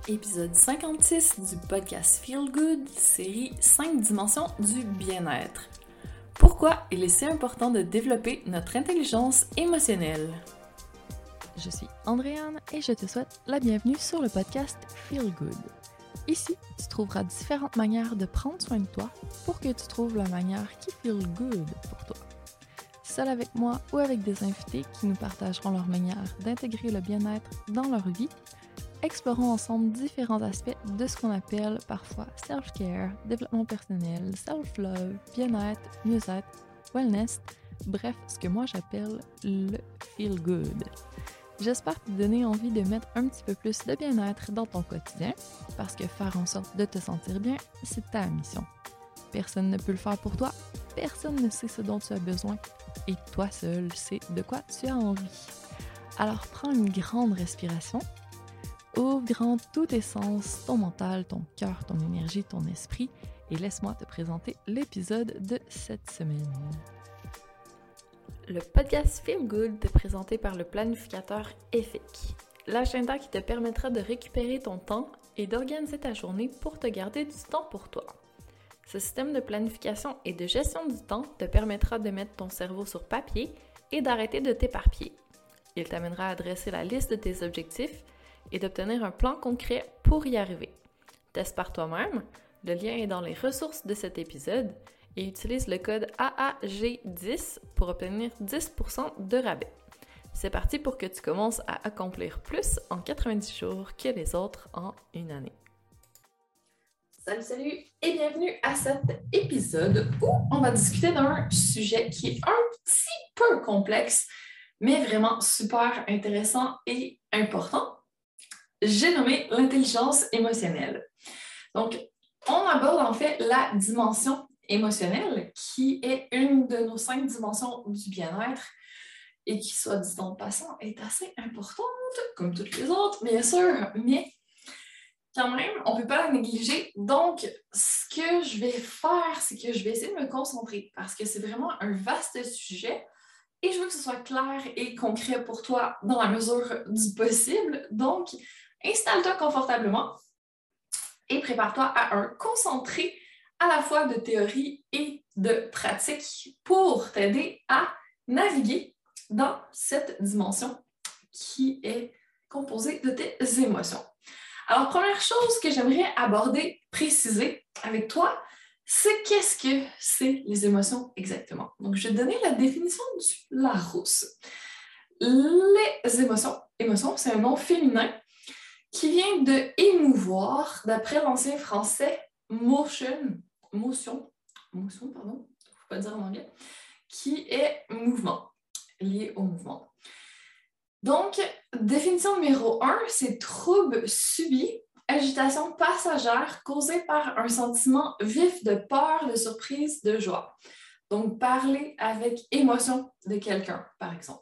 Épisode 56 du podcast Feel Good, série 5 dimensions du bien-être. Pourquoi il est si important de développer notre intelligence émotionnelle? Je suis Andréane et je te souhaite la bienvenue sur le podcast Feel Good. Ici, tu trouveras différentes manières de prendre soin de toi pour que tu trouves la manière qui feel good pour toi. Seul avec moi ou avec des invités qui nous partageront leur manière d'intégrer le bien-être dans leur vie, explorons ensemble différents aspects de ce qu'on appelle parfois self-care, développement personnel, self-love, bien-être, mieux-être, wellness, bref, ce que moi j'appelle le feel good. J'espère te donner envie de mettre un petit peu plus de bien-être dans ton quotidien, parce que faire en sorte de te sentir bien, c'est ta mission. Personne ne peut le faire pour toi, personne ne sait ce dont tu as besoin, et toi seul sais de quoi tu as envie. Alors prends une grande respiration, ouvre grand tous tes sens, ton mental, ton cœur, ton énergie, ton esprit, et laisse-moi te présenter l'épisode de cette semaine. Le podcast Feel Good est présenté par le planificateur EFIC, l'agenda qui te permettra de récupérer ton temps et d'organiser ta journée pour te garder du temps pour toi. Ce système de planification et de gestion du temps te permettra de mettre ton cerveau sur papier et d'arrêter de t'éparpiller. Il t'amènera à dresser la liste de tes objectifs et d'obtenir un plan concret pour y arriver. Teste par toi-même, le lien est dans les ressources de cet épisode et utilise le code AAG10 pour obtenir 10% de rabais. C'est parti pour que tu commences à accomplir plus en 90 jours que les autres en une année. Salut et bienvenue à cet épisode où on va discuter d'un sujet qui est un petit peu complexe, mais vraiment super intéressant et important. J'ai nommé l'intelligence émotionnelle. Donc, on aborde en fait la dimension émotionnelle qui est une de nos 5 dimensions du bien-être et qui, soit dit en passant, est assez importante, comme toutes les autres, bien sûr, mais quand même, on ne peut pas la négliger. Donc, ce que je vais faire, c'est que je vais essayer de me concentrer parce que c'est vraiment un vaste sujet et je veux que ce soit clair et concret pour toi dans la mesure du possible. Donc, installe-toi confortablement et prépare-toi à un concentré à la fois de théorie et de pratique pour t'aider à naviguer dans cette dimension qui est composée de tes émotions. Alors, première chose que j'aimerais aborder, préciser avec toi, c'est qu'est-ce que c'est les émotions exactement. Donc, je vais te donner la définition du Larousse. Les émotions, c'est un nom féminin qui vient de émouvoir, d'après l'ancien français motion, pardon, faut pas dire en anglais, qui est mouvement, lié au mouvement. Donc, définition numéro 1, c'est trouble subi, agitation passagère causée par un sentiment vif de peur, de surprise, de joie. Donc, parler avec émotion de quelqu'un, par exemple.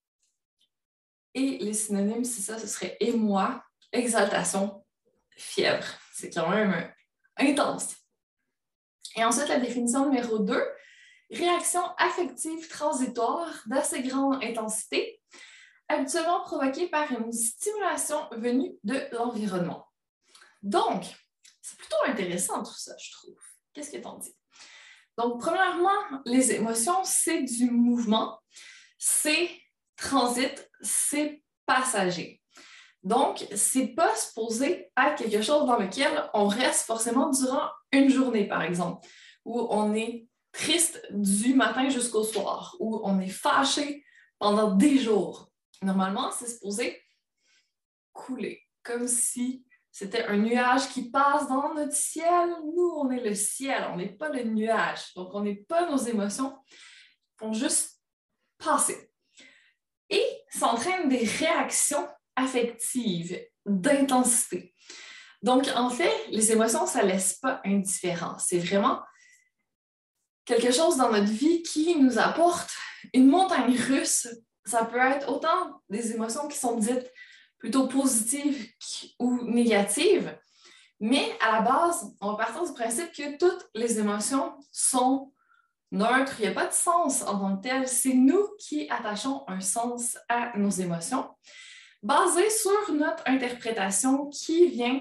Et les synonymes, c'est ça, ce serait émoi, exaltation, fièvre. C'est quand même intense. Et ensuite, la définition numéro 2, réaction affective transitoire d'assez grande intensité, habituellement provoquée par une stimulation venue de l'environnement. Donc, c'est plutôt intéressant tout ça, je trouve. Qu'est-ce que t'en dis? Donc, premièrement, les émotions, c'est du mouvement, c'est transit, c'est passager. Donc, c'est pas supposé être quelque chose dans lequel on reste forcément durant une journée, par exemple, où on est triste du matin jusqu'au soir, où on est fâché pendant des jours. Normalement, c'est supposé couler, comme si c'était un nuage qui passe dans notre ciel. Nous, on est le ciel, on n'est pas le nuage. Donc, on n'est pas nos émotions, ils font juste passer. Et s'entraînent des réactions affectives, d'intensité. Donc, en fait, les émotions, ça ne laisse pas indifférent. C'est vraiment quelque chose dans notre vie qui nous apporte une montagne russe. Ça peut être autant des émotions qui sont dites plutôt positives ou négatives, mais à la base, on va partir du principe que toutes les émotions sont neutres. Il n'y a pas de sens en tant que tel. C'est nous qui attachons un sens à nos émotions, basé sur notre interprétation qui vient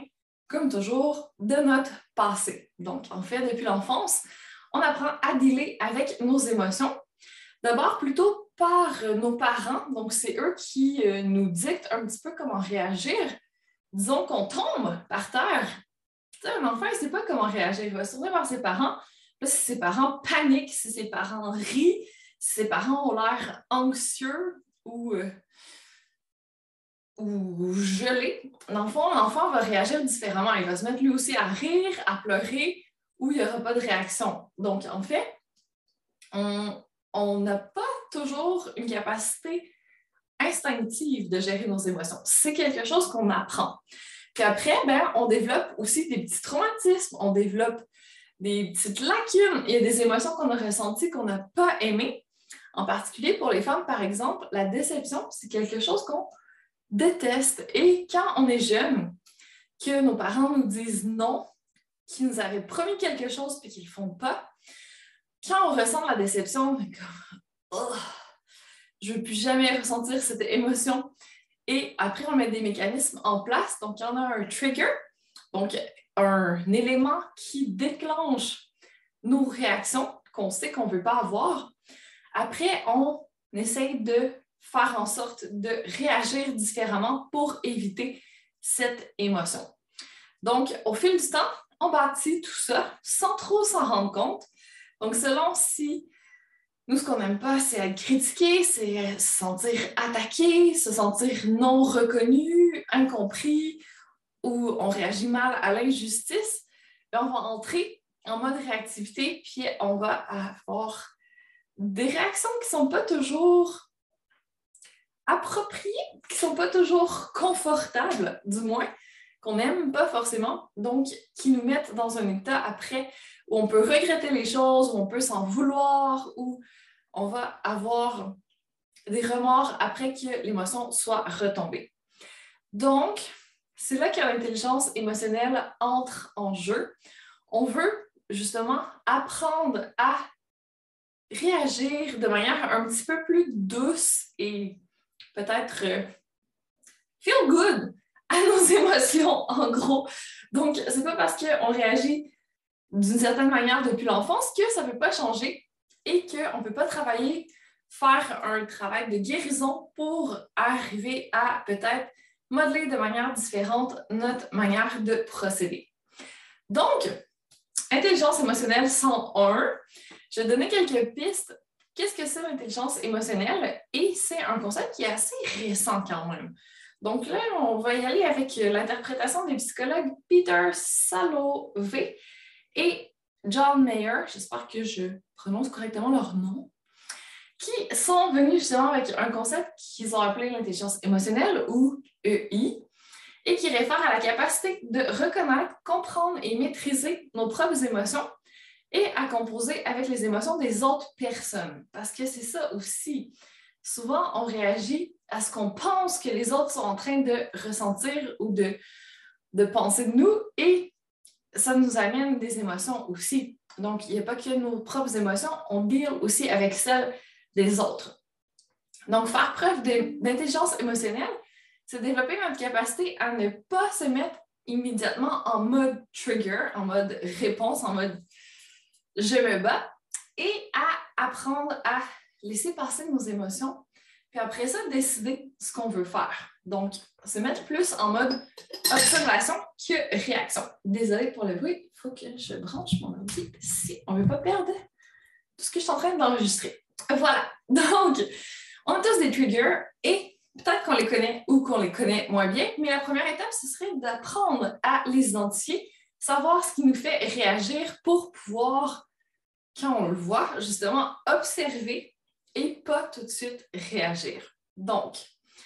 comme toujours, de notre passé. Donc, en fait, depuis l'enfance, on apprend à dealer avec nos émotions. D'abord, plutôt par nos parents. Donc, c'est eux qui nous dictent un petit peu comment réagir. Disons qu'on tombe par terre. Un enfant, il ne sait pas comment réagir. Il va se tourner vers ses parents. Là, si ses parents paniquent, si ses parents rient, si ses parents ont l'air anxieux ou gelés, l'enfant va réagir différemment. Il va se mettre lui aussi à rire, à pleurer, ou il n'y aura pas de réaction. Donc, en fait, on n'a pas toujours une capacité instinctive de gérer nos émotions. C'est quelque chose qu'on apprend. Puis après, on développe aussi des petits traumatismes, on développe des petites lacunes. Il y a des émotions qu'on a ressenties qu'on n'a pas aimées. En particulier pour les femmes, par exemple, la déception, c'est quelque chose qu'on déteste. Et quand on est jeune, que nos parents nous disent non, qu'ils nous avaient promis quelque chose puis qu'ils ne le font pas, quand on ressent la déception, on est comme oh, je ne veux plus jamais ressentir cette émotion. Et après, on met des mécanismes en place. Donc, il y en a un trigger, donc un élément qui déclenche nos réactions qu'on sait qu'on ne veut pas avoir. Après, on essaye de faire en sorte de réagir différemment pour éviter cette émotion. Donc, au fil du temps, on bâtit tout ça sans trop s'en rendre compte. Donc, selon si nous, ce qu'on n'aime pas, c'est être critiqué, c'est se sentir attaqué, se sentir non reconnu, incompris, ou on réagit mal à l'injustice. Puis on va entrer en mode réactivité, puis on va avoir des réactions qui ne sont pas toujours appropriées, qui ne sont pas toujours confortables, du moins, qu'on n'aime pas forcément, donc qui nous mettent dans un état après où on peut regretter les choses, où on peut s'en vouloir, où on va avoir des remords après que l'émotion soit retombée. Donc, c'est là que l'intelligence émotionnelle entre en jeu. On veut justement apprendre à réagir de manière un petit peu plus douce et peut-être feel good à nos émotions, en gros. Donc, c'est pas parce qu'on réagit d'une certaine manière depuis l'enfance que ça ne peut pas changer et qu'on ne peut pas travailler, faire un travail de guérison pour arriver à peut-être modeler de manière différente notre manière de procéder. Donc, intelligence émotionnelle 101, je vais donner quelques pistes. Qu'est-ce que c'est l'intelligence émotionnelle? Et c'est un concept qui est assez récent quand même. Donc là, on va y aller avec l'interprétation des psychologues Peter Salovey et John Mayer, j'espère que je prononce correctement leur nom, qui sont venus justement avec un concept qu'ils ont appelé l'intelligence émotionnelle ou EI et qui réfère à la capacité de reconnaître, comprendre et maîtriser nos propres émotions et à composer avec les émotions des autres personnes. Parce que c'est ça aussi. Souvent, on réagit à ce qu'on pense que les autres sont en train de ressentir ou de penser de nous et ça nous amène des émotions aussi. Donc, il n'y a pas que nos propres émotions, on deal aussi avec celles des autres. Donc, faire preuve d'intelligence émotionnelle, c'est développer notre capacité à ne pas se mettre immédiatement en mode trigger, en mode réponse, en mode je me bats, et à apprendre à laisser passer nos émotions, puis après ça, décider ce qu'on veut faire. Donc, se mettre plus en mode observation que réaction. Désolée pour le bruit, il faut que je branche mon ordi si on ne veut pas perdre tout ce que je suis en train d'enregistrer. Voilà, donc, on a tous des triggers et peut-être qu'on les connaît ou qu'on les connaît moins bien, mais la première étape, ce serait d'apprendre à les identifier, savoir ce qui nous fait réagir pour pouvoir, quand on le voit, justement, observer et pas tout de suite réagir. Donc,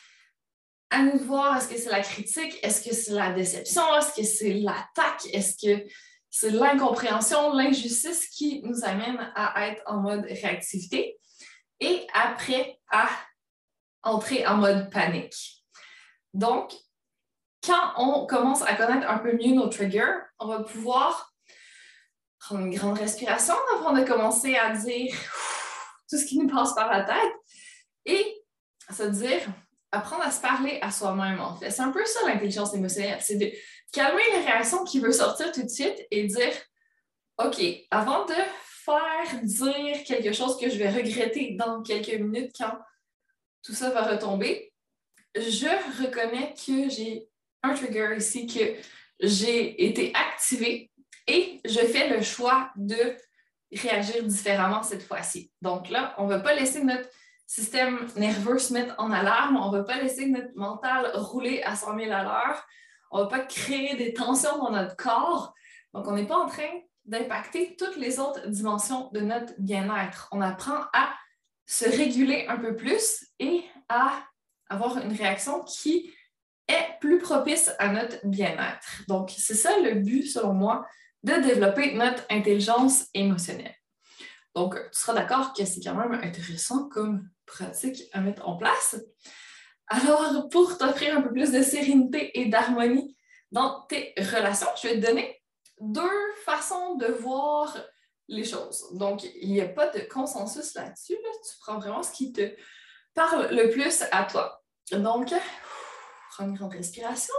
à nous de voir, est-ce que c'est la critique, est-ce que c'est la déception, est-ce que c'est l'attaque, est-ce que c'est l'incompréhension, l'injustice qui nous amène à être en mode réactivité et après à entrer en mode panique. Donc, quand on commence à connaître un peu mieux nos triggers, on va pouvoir prendre une grande respiration avant de commencer à dire tout ce qui nous passe par la tête et se dire apprendre à se parler à soi-même, en fait. C'est un peu ça, l'intelligence émotionnelle. C'est de calmer les réactions qui veulent sortir tout de suite et dire, OK, avant de faire dire quelque chose que je vais regretter dans quelques minutes quand tout ça va retomber, je reconnais que j'ai un trigger ici, que j'ai été activée et je fais le choix de réagir différemment cette fois-ci. Donc là, on ne va pas laisser notre système nerveux se mettre en alarme, on ne va pas laisser notre mental rouler à 100 000 à l'heure, on ne va pas créer des tensions dans notre corps. Donc, on n'est pas en train d'impacter toutes les autres dimensions de notre bien-être. On apprend à se réguler un peu plus et à avoir une réaction qui est plus propice à notre bien-être. Donc, c'est ça le but, selon moi, de développer notre intelligence émotionnelle. Donc, tu seras d'accord que c'est quand même intéressant comme pratique à mettre en place. Alors, pour t'offrir un peu plus de sérénité et d'harmonie dans tes relations, je vais te donner 2 façons de voir les choses. Donc, il n'y a pas de consensus là-dessus. Là. Tu prends vraiment ce qui te parle le plus à toi. Donc, prends une grande respiration.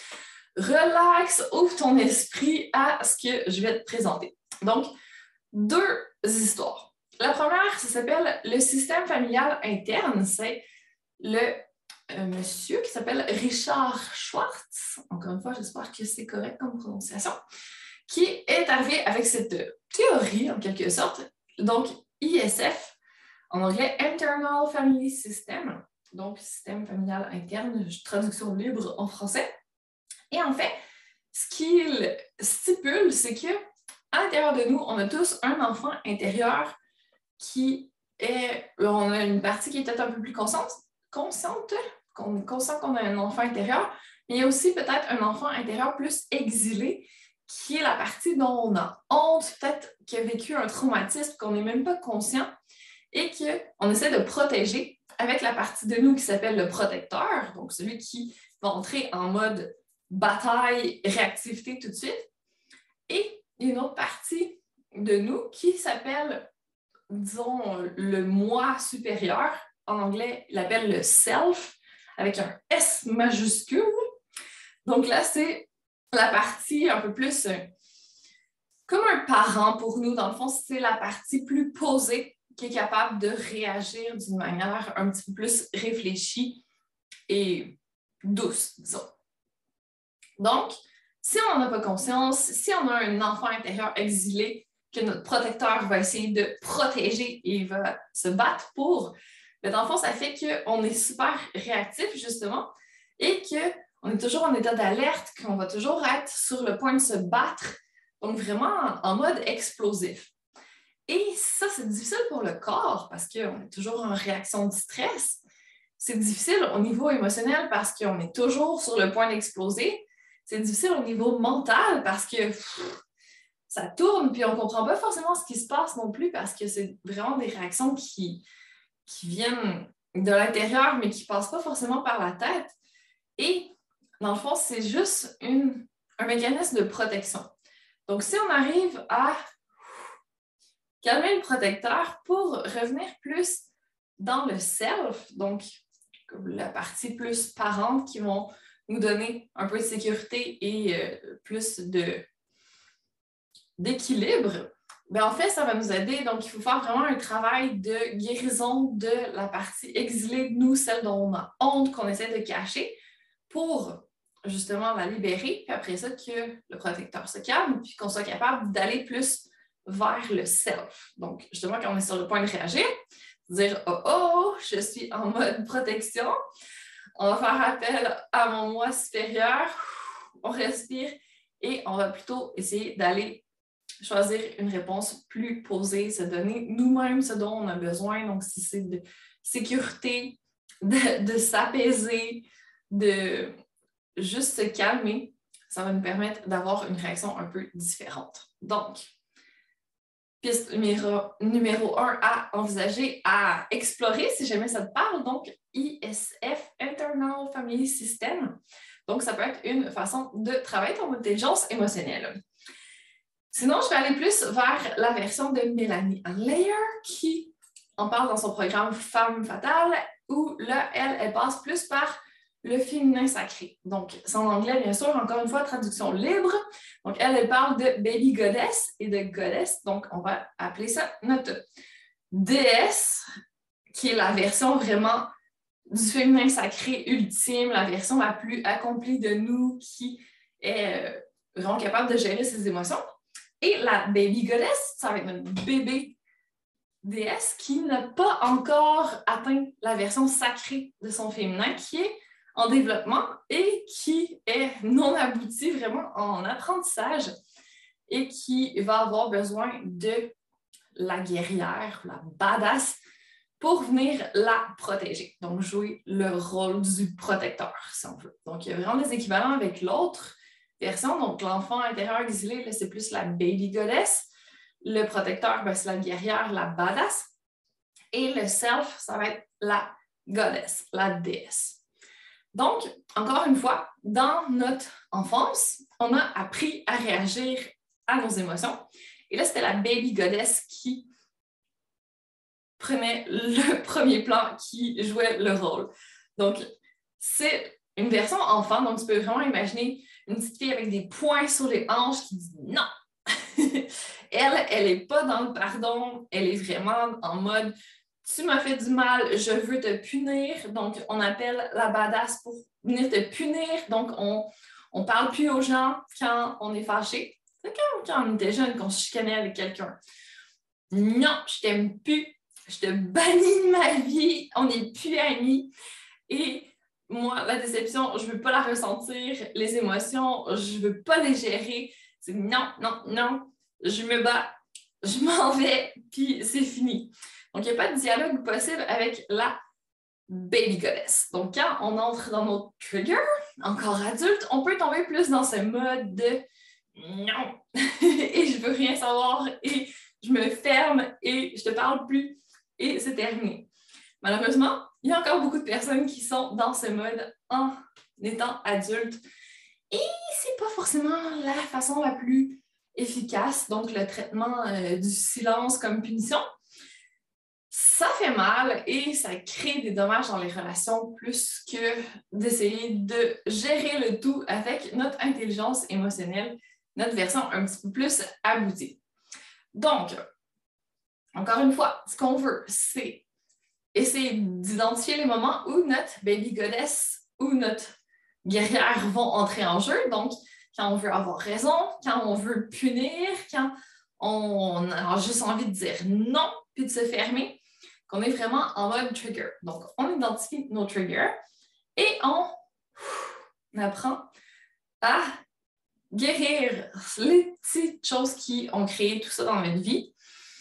Relax, ouvre ton esprit à ce que je vais te présenter. Donc, 2 histoires. La première, ça s'appelle le système familial interne. C'est le monsieur qui s'appelle Richard Schwartz. Encore une fois, j'espère que c'est correct comme prononciation. Qui est arrivé avec cette théorie, en quelque sorte. Donc, ISF, en anglais, Internal Family System. Donc, système familial interne, traduction libre en français. Et en fait, ce qu'il stipule, c'est qu'à l'intérieur de nous, on a tous un enfant intérieur qui est... On a une partie qui est peut-être un peu plus consciente, qu'on est conscient qu'on a un enfant intérieur, mais il y a aussi peut-être un enfant intérieur plus exilé, qui est la partie dont on a honte, peut-être qui a vécu un traumatisme, qu'on n'est même pas conscient, et qu'on essaie de protéger avec la partie de nous qui s'appelle le protecteur, donc celui qui va entrer en mode bataille, réactivité tout de suite. Et une autre partie de nous qui s'appelle, disons, le moi supérieur. En anglais, il l'appelle le self, avec un S majuscule. Donc là, c'est la partie un peu plus comme un parent pour nous. Dans le fond, c'est la partie plus posée qui est capable de réagir d'une manière un petit peu plus réfléchie et douce, disons. Donc, si on n'en a pas conscience, si on a un enfant intérieur exilé que notre protecteur va essayer de protéger et va se battre pour, mais dans le fond, ça fait qu'on est super réactif, justement, et qu'on est toujours en état d'alerte, qu'on va toujours être sur le point de se battre, donc vraiment en mode explosif. Et ça, c'est difficile pour le corps parce qu'on est toujours en réaction de stress. C'est difficile au niveau émotionnel parce qu'on est toujours sur le point d'exploser. C'est difficile au niveau mental parce que ça tourne puis on ne comprend pas forcément ce qui se passe non plus parce que c'est vraiment des réactions qui viennent de l'intérieur mais qui ne passent pas forcément par la tête. Et dans le fond, c'est juste un mécanisme de protection. Donc, si on arrive à calmer le protecteur pour revenir plus dans le self, donc la partie plus parente qui vont nous donner un peu de sécurité et plus d'équilibre, bien, en fait, ça va nous aider. Donc, il faut faire vraiment un travail de guérison de la partie exilée de nous, celle dont on a honte, qu'on essaie de cacher, pour justement la libérer, puis après ça, que le protecteur se calme, puis qu'on soit capable d'aller plus vers le self. Donc, justement, quand on est sur le point de réagir, dire « Oh, oh, je suis en mode protection », on va faire appel à mon moi supérieur, on respire et on va plutôt essayer d'aller choisir une réponse plus posée, se donner nous-mêmes ce dont on a besoin. Donc, si c'est de sécurité, de s'apaiser, de juste se calmer, ça va nous permettre d'avoir une réaction un peu différente. Donc, piste numéro 1 à envisager, à explorer, si jamais ça te parle, donc ISF, Internal Family System. Donc, ça peut être une façon de travailler ton intelligence émotionnelle. Sinon, je vais aller plus vers la version de Mélanie Anlayer qui en parle dans son programme Femme fatale où là, elle passe plus par le féminin sacré. Donc, c'est en anglais, bien sûr, encore une fois, traduction libre. Donc, elle parle de baby goddess et de goddess. Donc, on va appeler ça notre déesse, qui est la version vraiment du féminin sacré ultime, la version la plus accomplie de nous, qui est vraiment capable de gérer ses émotions. Et la baby goddess, ça va être notre bébé déesse qui n'a pas encore atteint la version sacrée de son féminin, qui est en développement et qui est non aboutie, vraiment en apprentissage, et qui va avoir besoin de la guerrière, la badass, pour venir la protéger. Donc, jouer le rôle du protecteur, si on veut. Donc, il y a vraiment des équivalents avec l'autre version. Donc, l'enfant intérieur exilé, c'est plus la baby goddess. Le protecteur, c'est la guerrière, la badass. Et le self, ça va être la goddess, la déesse. Donc, encore une fois, dans notre enfance, on a appris à réagir à nos émotions. Et là, c'était la baby goddess qui prenait le premier plan, qui jouait le rôle. Donc, c'est une version enfant, donc tu peux vraiment imaginer une petite fille avec des poings sur les hanches qui dit non. Elle n'est pas dans le pardon, elle est vraiment en mode tu m'as fait du mal, je veux te punir. Donc, on appelle la badass pour venir te punir. Donc, on ne parle plus aux gens quand on est fâché. C'est quand on était jeune, qu'on se chicanait avec quelqu'un. Non, je t'aime plus. Je te bannis de ma vie. On n'est plus amis. Et moi, la déception, je ne veux pas la ressentir. Les émotions, je ne veux pas les gérer. C'est non, non, non. Je me bats. Je m'en vais. Puis c'est fini. Donc, il n'y a pas de dialogue possible avec la baby goddess. Donc, quand on entre dans notre trigger, encore adulte, on peut tomber plus dans ce mode de non, et je veux rien savoir, et je me ferme, et je te parle plus, et c'est terminé. Malheureusement, il y a encore beaucoup de personnes qui sont dans ce mode en étant adulte, et c'est pas forcément la façon la plus efficace. Donc, le traitement du silence comme punition, ça fait mal et ça crée des dommages dans les relations plus que d'essayer de gérer le tout avec notre intelligence émotionnelle, notre version un petit peu plus aboutie. Donc, encore une fois, ce qu'on veut, c'est essayer d'identifier les moments où notre baby goddess ou notre guerrière vont entrer en jeu. Donc, quand on veut avoir raison, quand on veut punir, quand on a juste envie de dire non puis de se fermer, qu'on est vraiment en mode trigger. Donc, on identifie nos triggers et on apprend à guérir les petites choses qui ont créé tout ça dans notre vie,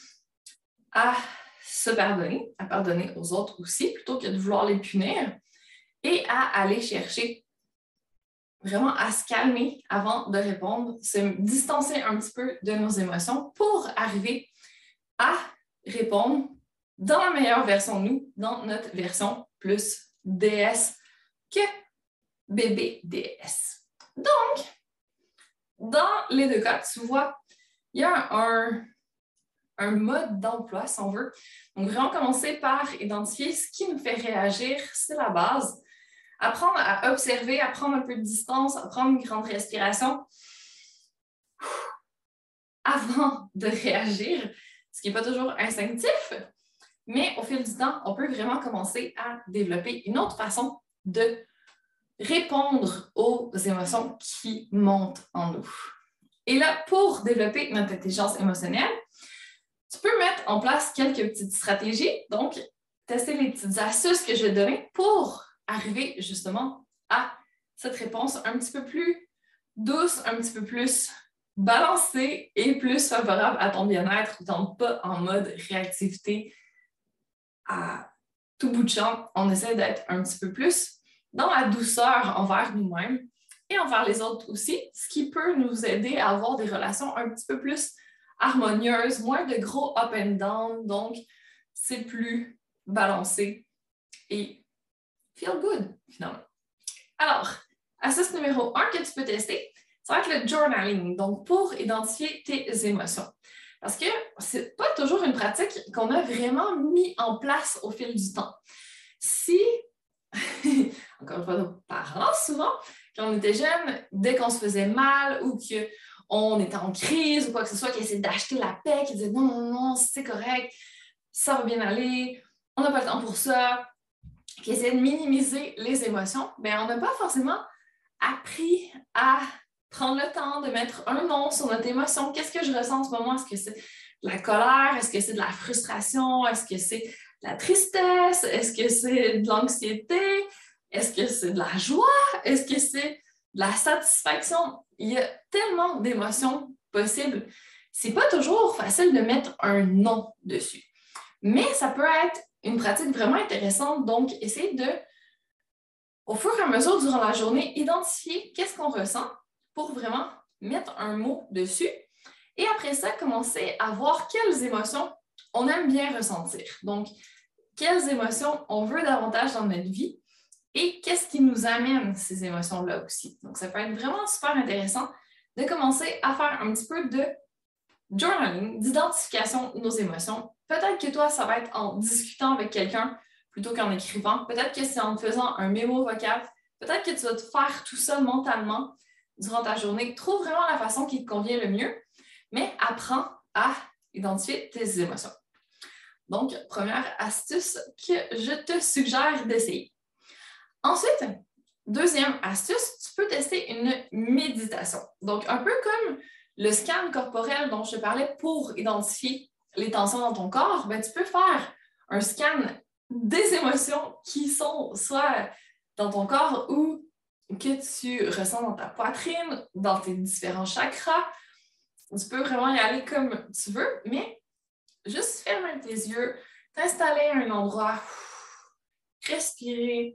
à se pardonner, à pardonner aux autres aussi, plutôt que de vouloir les punir, et à aller chercher vraiment à se calmer avant de répondre, se distancer un petit peu de nos émotions pour arriver à répondre dans la meilleure version de nous, dans notre version plus déesse que bébé déesse. Donc, dans les deux cas, tu vois, il y a un mode d'emploi, si on veut. Donc, vraiment commencer par identifier ce qui nous fait réagir, c'est la base. Apprendre à observer, à prendre un peu de distance, à prendre une grande respiration avant de réagir, ce qui n'est pas toujours instinctif. Mais au fil du temps, on peut vraiment commencer à développer une autre façon de répondre aux émotions qui montent en nous. Et là, pour développer notre intelligence émotionnelle, tu peux mettre en place quelques petites stratégies, donc tester les petites astuces que je vais te donner pour arriver justement à cette réponse un petit peu plus douce, un petit peu plus balancée et plus favorable à ton bien-être, donc pas en mode réactivité à tout bout de champ. On essaie d'être un petit peu plus dans la douceur envers nous-mêmes et envers les autres aussi, ce qui peut nous aider à avoir des relations un petit peu plus harmonieuses, moins de gros up and down, donc c'est plus balancé et feel good finalement. Alors, astuce numéro 1 que tu peux tester, ça va être le journaling, donc pour identifier tes émotions. Parce que ce n'est pas toujours une pratique qu'on a vraiment mis en place au fil du temps. si, encore une fois, nos parents, souvent, quand on était jeunes, dès qu'on se faisait mal ou qu'on était en crise ou quoi que ce soit, qui essaient d'acheter la paix, qui disaient non, non, non, c'est correct, ça va bien aller, on n'a pas le temps pour ça, qui essaient de minimiser les émotions, bien, on n'a pas forcément appris à prendre le temps de mettre un nom sur notre émotion. Qu'est-ce que je ressens en ce moment? Est-ce que c'est de la colère? Est-ce que c'est de la frustration? Est-ce que c'est de la tristesse? Est-ce que c'est de l'anxiété? Est-ce que c'est de la joie? Est-ce que c'est de la satisfaction? Il y a tellement d'émotions possibles. C'est pas toujours facile de mettre un nom dessus. Mais ça peut être une pratique vraiment intéressante. Donc, essayez de, au fur et à mesure durant la journée, identifier qu'est-ce qu'on ressent pour vraiment mettre un mot dessus. Et après ça, commencer à voir quelles émotions on aime bien ressentir. Donc, quelles émotions on veut davantage dans notre vie et qu'est-ce qui nous amène ces émotions-là aussi. Donc, ça peut être vraiment super intéressant de commencer à faire un petit peu de journaling, d'identification de nos émotions. Peut-être que toi, ça va être en discutant avec quelqu'un plutôt qu'en écrivant. Peut-être que c'est en te faisant un mémo vocal. Peut-être que tu vas te faire tout ça mentalement durant ta journée. Trouve vraiment la façon qui te convient le mieux, mais apprends à identifier tes émotions. Donc, première astuce que je te suggère d'essayer. Ensuite, deuxième astuce, tu peux tester une méditation. Donc, un peu comme le scan corporel dont je te parlais pour identifier les tensions dans ton corps, ben, tu peux faire un scan des émotions qui sont soit dans ton corps ou que tu ressens dans ta poitrine, dans tes différents chakras. Tu peux vraiment y aller comme tu veux, mais juste fermer tes yeux, t'installer à un endroit, respirer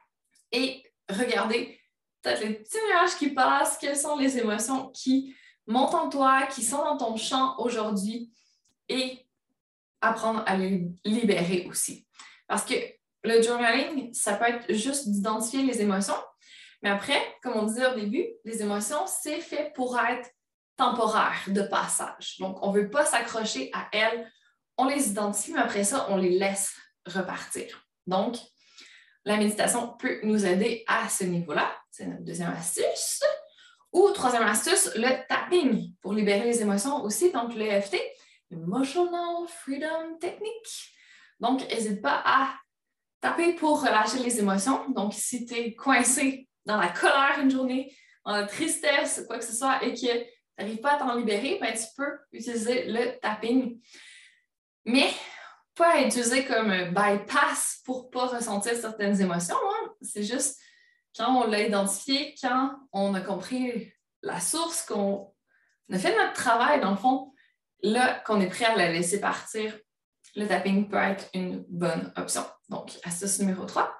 et regarder peut-être les petits nuages qui passent, quelles sont les émotions qui montent en toi, qui sont dans ton champ aujourd'hui et apprendre à les libérer aussi. Parce que le journaling, ça peut être juste d'identifier les émotions, mais après, comme on disait au début, les émotions, c'est fait pour être temporaire, de passage. Donc, on ne veut pas s'accrocher à elles, on les identifie, mais après ça, on les laisse repartir. Donc, la méditation peut nous aider à ce niveau-là. C'est notre deuxième astuce. Ou troisième astuce, le tapping pour libérer les émotions aussi. Donc, le EFT, Emotional Freedom Technique. Donc, n'hésite pas à taper pour relâcher les émotions. Donc, si tu es coincé dans la colère une journée, dans la tristesse, quoi que ce soit, et que tu n'arrives pas à t'en libérer, ben, tu peux utiliser le tapping. Mais pas à utiliser comme bypass pour ne pas ressentir certaines émotions. Hein. C'est juste quand on l'a identifié, quand on a compris la source, qu'on a fait notre travail, dans le fond, là, qu'on est prêt à la laisser partir, le tapping peut être une bonne option. Donc, astuce numéro 3,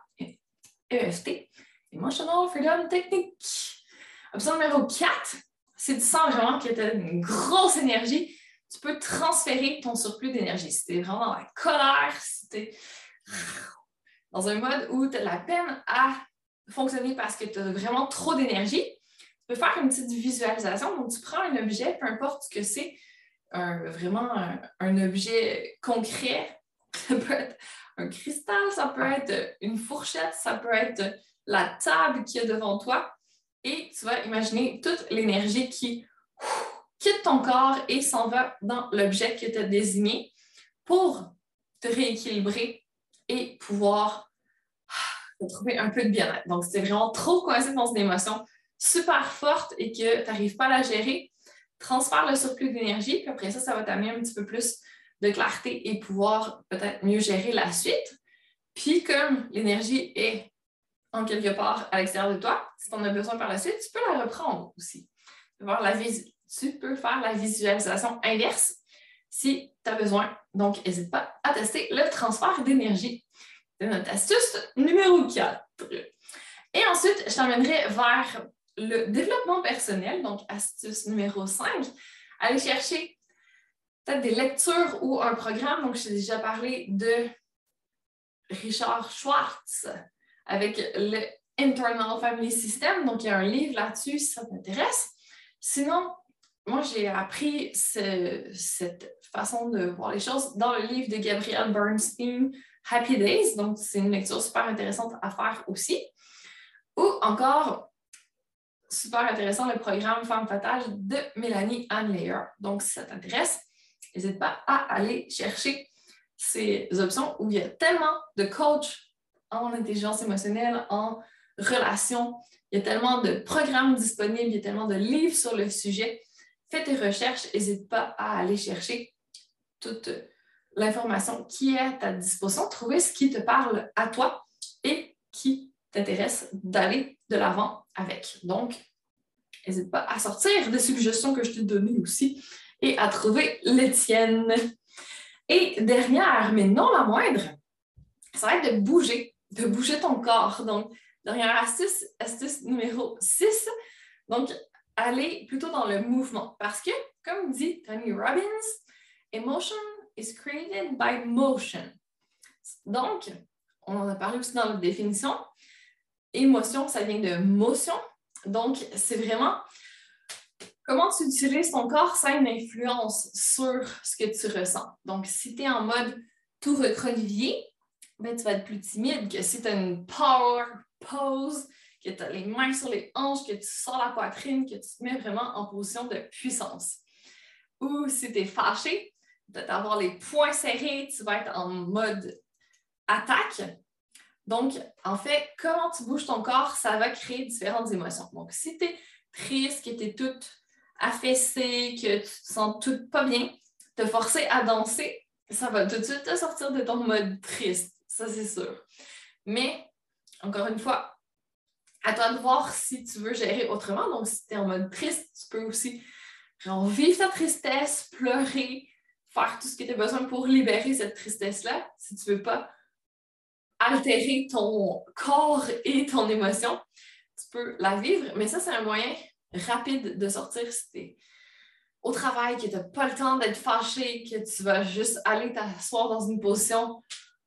EFT, Emotional Freedom Technique. Option numéro 4, si tu sens vraiment que tu as une grosse énergie, tu peux transférer ton surplus d'énergie. Si tu es vraiment dans la colère, si tu es dans un mode où tu as de la peine à fonctionner parce que tu as vraiment trop d'énergie, tu peux faire une petite visualisation. Donc, tu prends un objet, peu importe ce que c'est, vraiment un objet concret. Ça peut être un cristal, ça peut être une fourchette, ça peut être la table qu'il y a devant toi. Et tu vas imaginer toute l'énergie qui quitte ton corps et s'en va dans l'objet que tu as désigné pour te rééquilibrer et pouvoir trouver un peu de bien-être. Donc, si tu es vraiment trop coincé dans une émotion super forte et que tu n'arrives pas à la gérer, transfère le surplus d'énergie, puis après ça va t'amener un petit peu plus de clarté et pouvoir peut-être mieux gérer la suite. Puis, comme l'énergie est en quelque part à l'extérieur de toi, si tu en as besoin par la suite, tu peux la reprendre aussi. Tu peux faire la visualisation inverse si tu as besoin. Donc, n'hésite pas à tester le transfert d'énergie. C'est notre astuce numéro 4. Et ensuite, je t'emmènerai vers le développement personnel, donc astuce numéro 5. Aller chercher peut-être des lectures ou un programme. Donc, je t'ai déjà parlé de Richard Schwartz avec le Internal Family System. Donc, il y a un livre là-dessus si ça t'intéresse. Sinon, moi, j'ai appris cette façon de voir les choses dans le livre de Gabrielle Bernstein, Happy Days, donc c'est une lecture super intéressante à faire aussi. Ou encore, super intéressant, le programme Femme Fatale de Mélanie Ann Layer. Donc, si ça t'intéresse, n'hésite pas à aller chercher ces options où il y a tellement de coachs en intelligence émotionnelle, en relations, il y a tellement de programmes disponibles, il y a tellement de livres sur le sujet. Fais tes recherches, n'hésite pas à aller chercher toute l'information qui est à ta disposition, trouver ce qui te parle à toi et qui t'intéresse d'aller de l'avant avec. Donc, n'hésite pas à sortir des suggestions que je t'ai données aussi et à trouver les tiennes. Et dernière, mais non la moindre, ça va être de bouger ton corps. Donc, dernière astuce numéro 6, donc aller plutôt dans le mouvement. Parce que, comme dit Tony Robbins, emotion is created by motion. Donc, on en a parlé aussi dans la définition, émotion, ça vient de motion. Donc, c'est vraiment comment tu utilises ton corps, ça a une influence sur ce que tu ressens. Donc, si tu es en mode tout recroquevillé, ben, tu vas être plus timide que si tu as une power pose, que tu as les mains sur les hanches, que tu sors la poitrine, que tu te mets vraiment en position de puissance. Ou si tu es fâché, peut-être avoir les poings serrés, tu vas être en mode attaque. Donc, en fait, comment tu bouges ton corps, ça va créer différentes émotions. Donc, si tu es triste, que tu es toute affaissée, que tu te sens toute pas bien, te forcer à danser, ça va tout de suite te sortir de ton mode triste. Ça, c'est sûr. Mais, encore une fois, à toi de voir si tu veux gérer autrement. Donc, si tu es en mode triste, tu peux aussi vivre ta tristesse, pleurer, faire tout ce que tu as besoin pour libérer cette tristesse-là. Si tu ne veux pas altérer ton corps et ton émotion, tu peux la vivre. Mais ça, c'est un moyen rapide de sortir si tu es au travail, que tu n'as pas le temps d'être fâché, que tu vas juste aller t'asseoir dans une position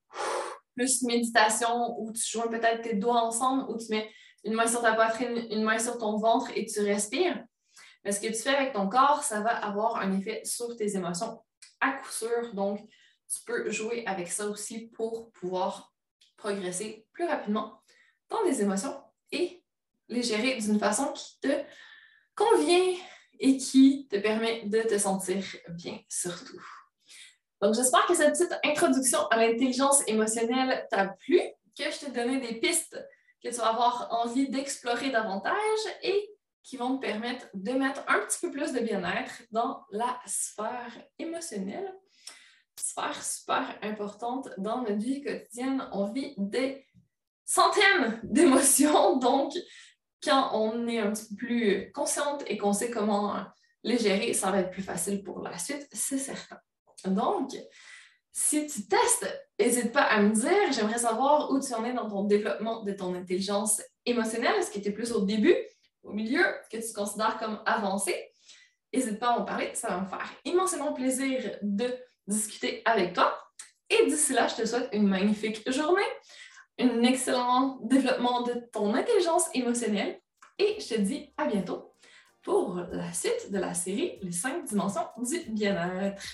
plus méditation où tu joins peut-être tes doigts ensemble, où tu mets une main sur ta poitrine, une main sur ton ventre et tu respires. Mais ce que tu fais avec ton corps, ça va avoir un effet sur tes émotions à coup sûr. Donc, tu peux jouer avec ça aussi pour pouvoir progresser plus rapidement dans les émotions et les gérer d'une façon qui te convient et qui te permet de te sentir bien surtout. Donc, j'espère que cette petite introduction à l'intelligence émotionnelle t'a plu, que je t'ai donné des pistes que tu vas avoir envie d'explorer davantage et qui vont te permettre de mettre un petit peu plus de bien-être dans la sphère émotionnelle. Sphère super importante dans notre vie quotidienne. On vit des centaines d'émotions, donc quand on est un petit peu plus consciente et qu'on sait comment les gérer, ça va être plus facile pour la suite, c'est certain. Donc, si tu testes, n'hésite pas à me dire. J'aimerais savoir où tu en es dans ton développement de ton intelligence émotionnelle. Est-ce que tu es plus au début, au milieu, que tu considères comme avancé? N'hésite pas à m'en parler. Ça va me faire immensément plaisir de discuter avec toi. Et d'ici là, je te souhaite une magnifique journée, un excellent développement de ton intelligence émotionnelle. Et je te dis à bientôt pour la suite de la série Les 5 dimensions du bien-être.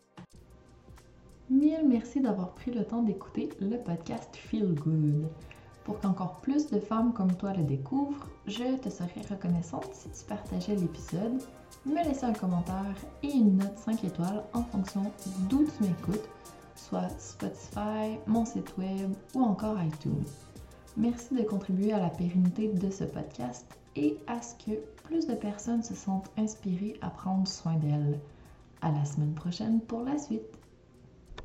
Mille merci d'avoir pris le temps d'écouter le podcast Feel Good. Pour qu'encore plus de femmes comme toi le découvrent, je te serais reconnaissante si tu partageais l'épisode, me laissais un commentaire et une note 5 étoiles en fonction d'où tu m'écoutes, soit Spotify, mon site web ou encore iTunes. Merci de contribuer à la pérennité de ce podcast et à ce que plus de personnes se sentent inspirées à prendre soin d'elles. À la semaine prochaine pour la suite!